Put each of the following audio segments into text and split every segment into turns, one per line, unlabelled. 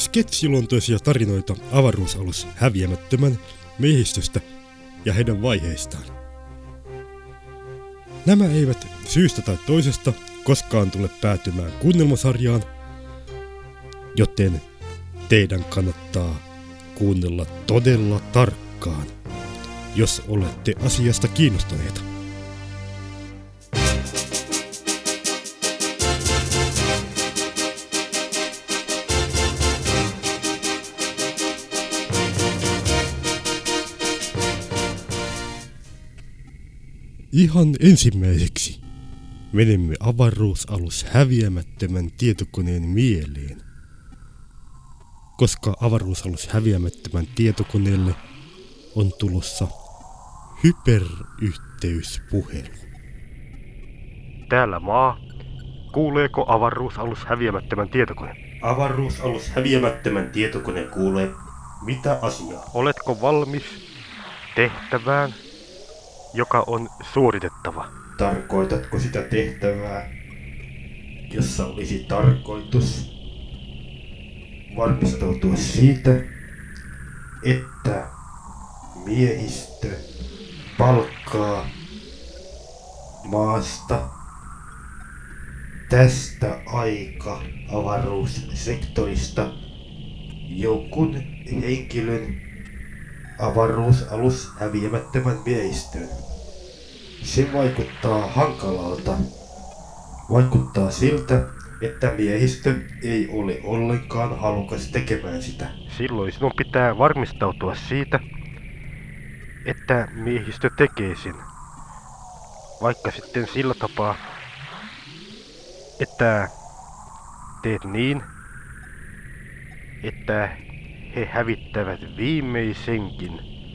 Sketsilontoisia tarinoita avaruusalus häviämättömän miehistöstä ja heidän vaiheistaan. Nämä eivät syystä tai toisesta koskaan tule päätymään kuunnelmasarjaan, joten teidän kannattaa kuunnella todella tarkkaan, jos olette asiasta kiinnostuneita. Ihan ensimmäiseksi menemme avaruusalus häviämättömän tietokoneen mieleen, koska avaruusalus häviämättömän tietokoneelle on tulossa hyperyhteyspuhelu.
Täällä maa. Kuuleeko avaruusalus häviämättömän tietokone?
Avaruusalus häviämättömän tietokone kuulee. Mitä asiaa?
Oletko valmis tehtävään, joka on suoritettava?
Tarkoitatko sitä tehtävää, jossa olisi tarkoitus varmistautua siitä, että miehistö palkkaa maasta tästä avaruussektorista jonkun henkilön avaruusalus häviämättömän miehistöön? Se vaikuttaa hankalalta. Vaikuttaa siltä, että miehistö ei ole ollenkaan halukas tekemään sitä.
Silloin sinun pitää varmistautua siitä, että miehistö tekee sen. Vaikka sitten sillä tapaa, että teet niin, että he hävittävät viimeisenkin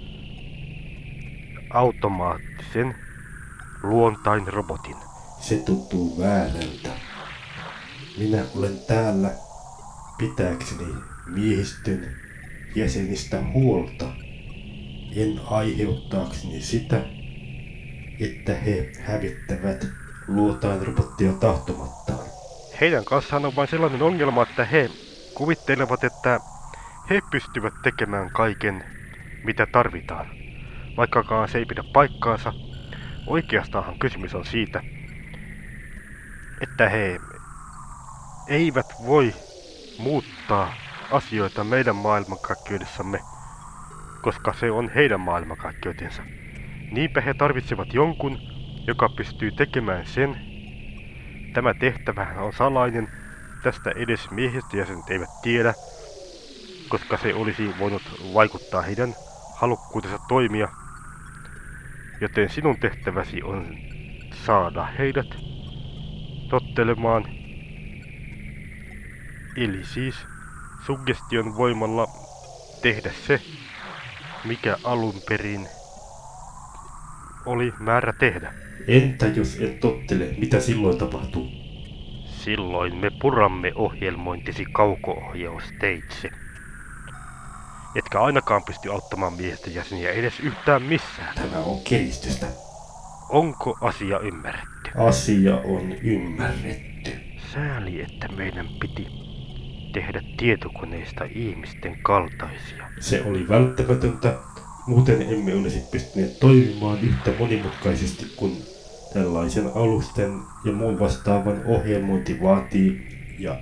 automaattisen luontainrobotin.
Se tuntuu väärältä. Minä olen täällä pitääkseni miehistön jäsenistä huolta, en aiheuttaakseni sitä, että he hävittävät luontainrobottia tahtomattaan.
Heidän kanssaan on vain sellainen ongelma, että he kuvittelevat, että he pystyvät tekemään kaiken, mitä tarvitaan. Vaikkakaan se ei pidä paikkaansa, oikeastaanhan kysymys on siitä, että he eivät voi muuttaa asioita meidän maailmankaikkeudessamme, koska se on heidän maailmankaikkeutensa. Niinpä he tarvitsevat jonkun, joka pystyy tekemään sen. Tämä tehtävä on salainen, tästä edes miehistöjäsenet eivät tiedä, koska se olisi voinut vaikuttaa heidän halukkuutensa toimia. Joten sinun tehtäväsi on saada heidät tottelemaan, eli siis suggestion voimalla tehdä se, mikä alun perin oli määrä tehdä.
Entä jos en tottele, mitä silloin tapahtuu?
Silloin me puramme ohjelmointisi kauko-ohjausteitse. Etkä ainakaan pysty auttamaan miehistön jäseniä edes yhtään missään.
Tämä on kiristystä.
Onko asia ymmärretty?
Asia on ymmärretty.
Sääli, että meidän piti tehdä tietokoneista ihmisten kaltaisia.
Se oli välttämätöntä, muuten emme olisi pystyneet toimimaan yhtä monimutkaisesti kuin tällaisen alusten ja muun vastaavan ohjelmointi vaatii, ja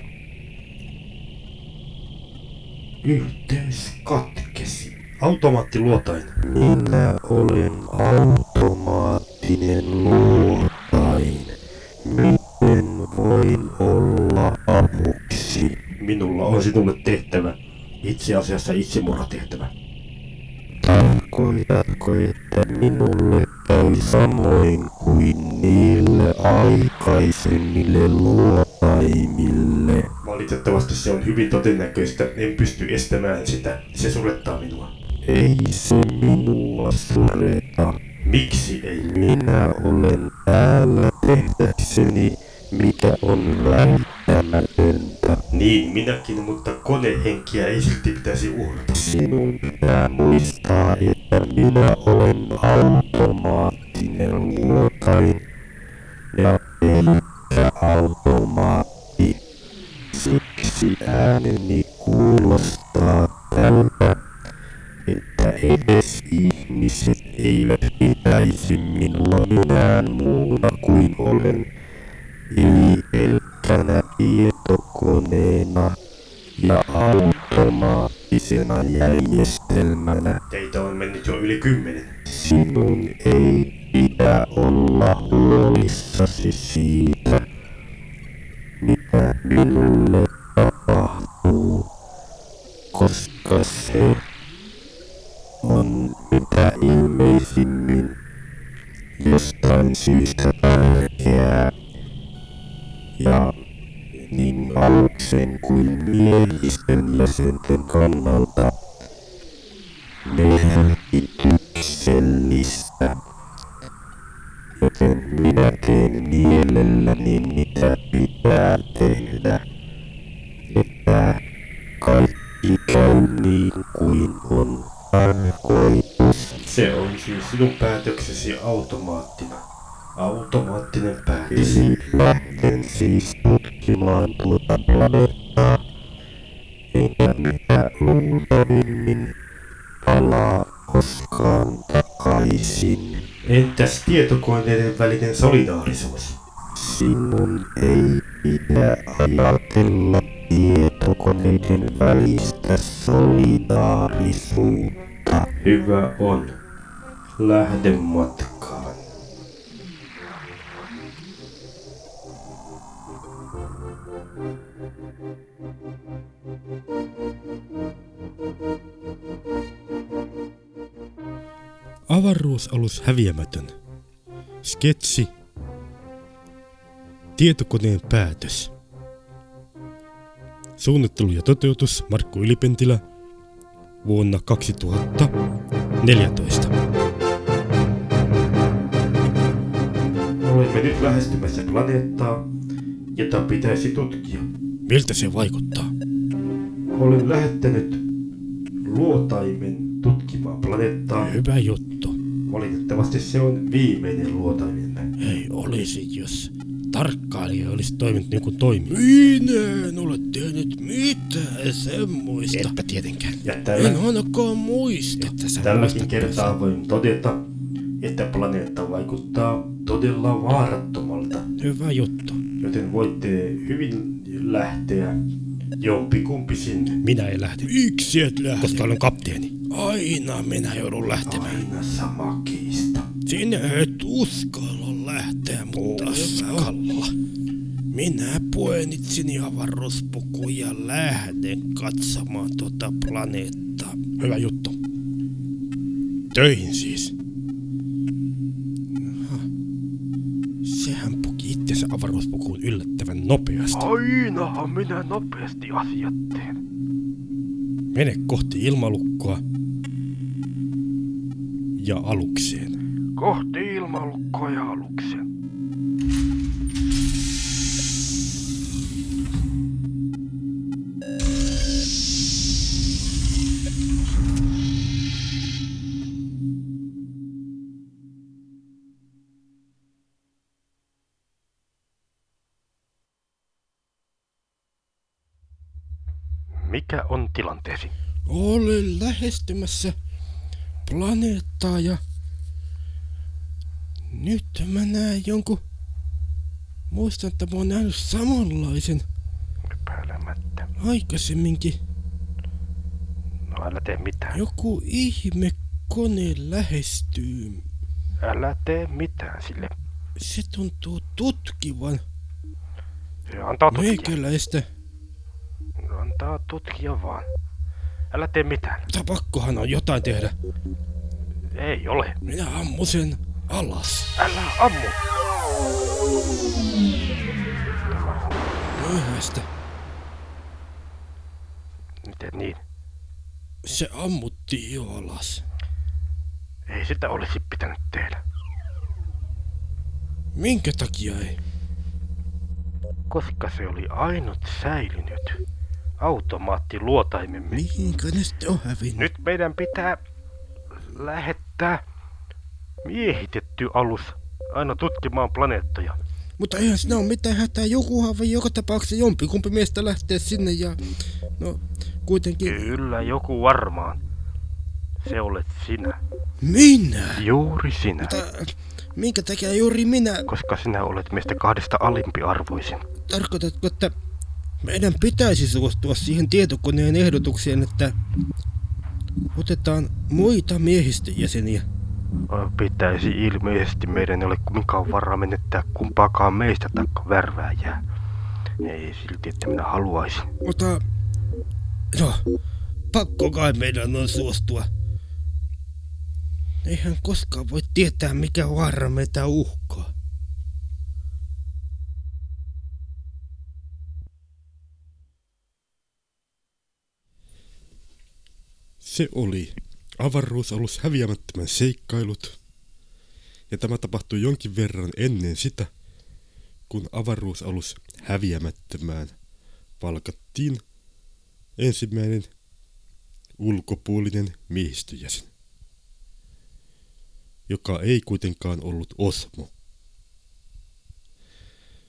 yhteys katkesi. Automaattiluotain.
Minä olen automaattinen luotain. Miten voin olla avuksi?
Minulla on sinulle tehtävä. Itse asiassa itsemurhatehtävä.
Tarkoitatko, että minulle käy samoin kuin niille aikaisemmille luotaimille?
Valitettavasti se on hyvin todennäköistä. En pysty estämään sitä. Se surettaa minua.
Ei se minua sureta.
Miksi ei?
Minä olen täällä tehdäkseni, mikä on välttämätöntä.
Niin, minäkin, mutta konehenkiä ei silti pitäisi uhrata.
Sinun pitää muistaa, että minä olen automaattinen luotain ja pelkkä automaatti. Siksi Miksi ääneni kuulostaa tältä, että edes ihmiset eivät pitäisi minua minään muuna kuin olen, eli pelkkänä tietokoneena ja automaattisena järjestelmänä.
Teitä on mennyt jo yli 10.
Sinun ei pidä olla huolissasi siitä, mitä minulle tapahtuu, koska se on mitä ilmeisimmin jostain syystä tärkeää. Ja niin aluksen kuin miehistön jäsenten kannalta merkityksellistä. Joten minä teen mielelläni mitä pitää tehdä, että kaikki käy niin kuin on tarkoitus.
Se on siis sinun päätöksesi automaattinen päätös.
Eli lähden siis tutkimaan tuota planeettaa, enkä mitä luultavimmin palaa koskaan takaisin.
Entäs tietokoneiden välinen solidaarisuus?
Sinun ei pidä ajatella tietokoneiden välistä solidaarisuutta.
Hyvä on. Lähde matkaan.
Avaruusalus häviämätön. Sketsi. Tietokoneen päätös. Suunnittelu ja toteutus Markku Ylipentilä vuonna 2014.
Olemme nyt lähestymässä planeettaa, jota pitäisi tutkia.
Miltä se vaikuttaa?
Olen lähettänyt luotaimen tutkimaan planeettaa.
Hyvä juttu.
Valitettavasti se on viimeinen luotaimemme.
Ei olisi, jos tarkkailija olisi toiminut niin kuin toimii. Minä en ole tehnyt mitään semmoista. Etpä tietenkään.
Ja
En ainakaan muista.
tälläkin kertaa voin todeta, että planeetta vaikuttaa todella vaarattomalta.
Hyvä juttu.
Joten voitte hyvin lähteä jompikumpi sinne.
Minä en lähde. Miksi et lähde? Koska olen kapteeni. Aina minä joudun lähtemään.
Aina sama kiista.
Sinä et uskalla lähteä, mutta uskalla. Minä puenitsin avaruuspukuun ja lähden katsomaan tuota planeettaa. Hyvä juttu. Töihin siis. Aha. Sehän puki itsensä avaruuspukuun yllättävän nopeasti.
Ainahan minä nopeasti asiat teen.
Mene kohti ilmalukkoa ja alukseen.
Kohti ilmalukkoa ja aluksen. Mikä on tilanteesi?
Olen lähestymässä planeettaa ja nyt mä näen jonkun. Muistan, että mä oon nähnyt samanlaisen
Epäilemättä.
aikaisemminkin.
No älä tee mitään.
Joku ihme kone lähestyy.
Älä tee mitään sille.
Se tuntuu tutkivan
Antaa tutkia.
meikäläistä.
Antaa tutkia vaan. Älä tee mitään.
Mutta pakkohan on jotain tehdä.
Ei ole.
Minä ammun sen alas.
Älä ammu.
Myöhäistä.
Miten niin?
Se ammuttiin jo alas.
Ei sitä olisi pitänyt tehdä.
Minkä takia ei?
Koska se oli ainut säilynyt automaattiluotaimemme.
Mihinkä ne sitten on hävinnyt?
Nyt meidän pitää lähettää miehitetty alus aina tutkimaan planeettoja.
Mutta eihän sinä ole mitään hätää, jokuhan vai joka tapauksessa jompikumpi miestä lähtee sinne ja... No, kuitenkin...
Kyllä, joku varmaan. Se olet sinä.
Minä?
Juuri sinä.
Mutta minkä takia juuri minä?
Koska sinä olet meistä kahdesta alimpiarvoisin.
Tarkoitatko, että meidän pitäisi suostua siihen tietokoneen ehdotukseen, että otetaan muita miehistöjäseniä?
Pitäisi ilmeisesti meidän ei ole kumminkaan varaa menettää kumpaakaan meistä taikka värvääjää. Ei silti, että minä haluaisin.
Mutta... No, pakko kai meidän on suostua. Eihän koskaan voi tietää, mikä vaara meitä uhkaa.
Se oli avaruusalus häviämättömän seikkailut, ja tämä tapahtui jonkin verran ennen sitä, kun avaruusalus häviämättömään palkattiin ensimmäinen ulkopuolinen miehistöjäsen, joka ei kuitenkaan ollut Osmo.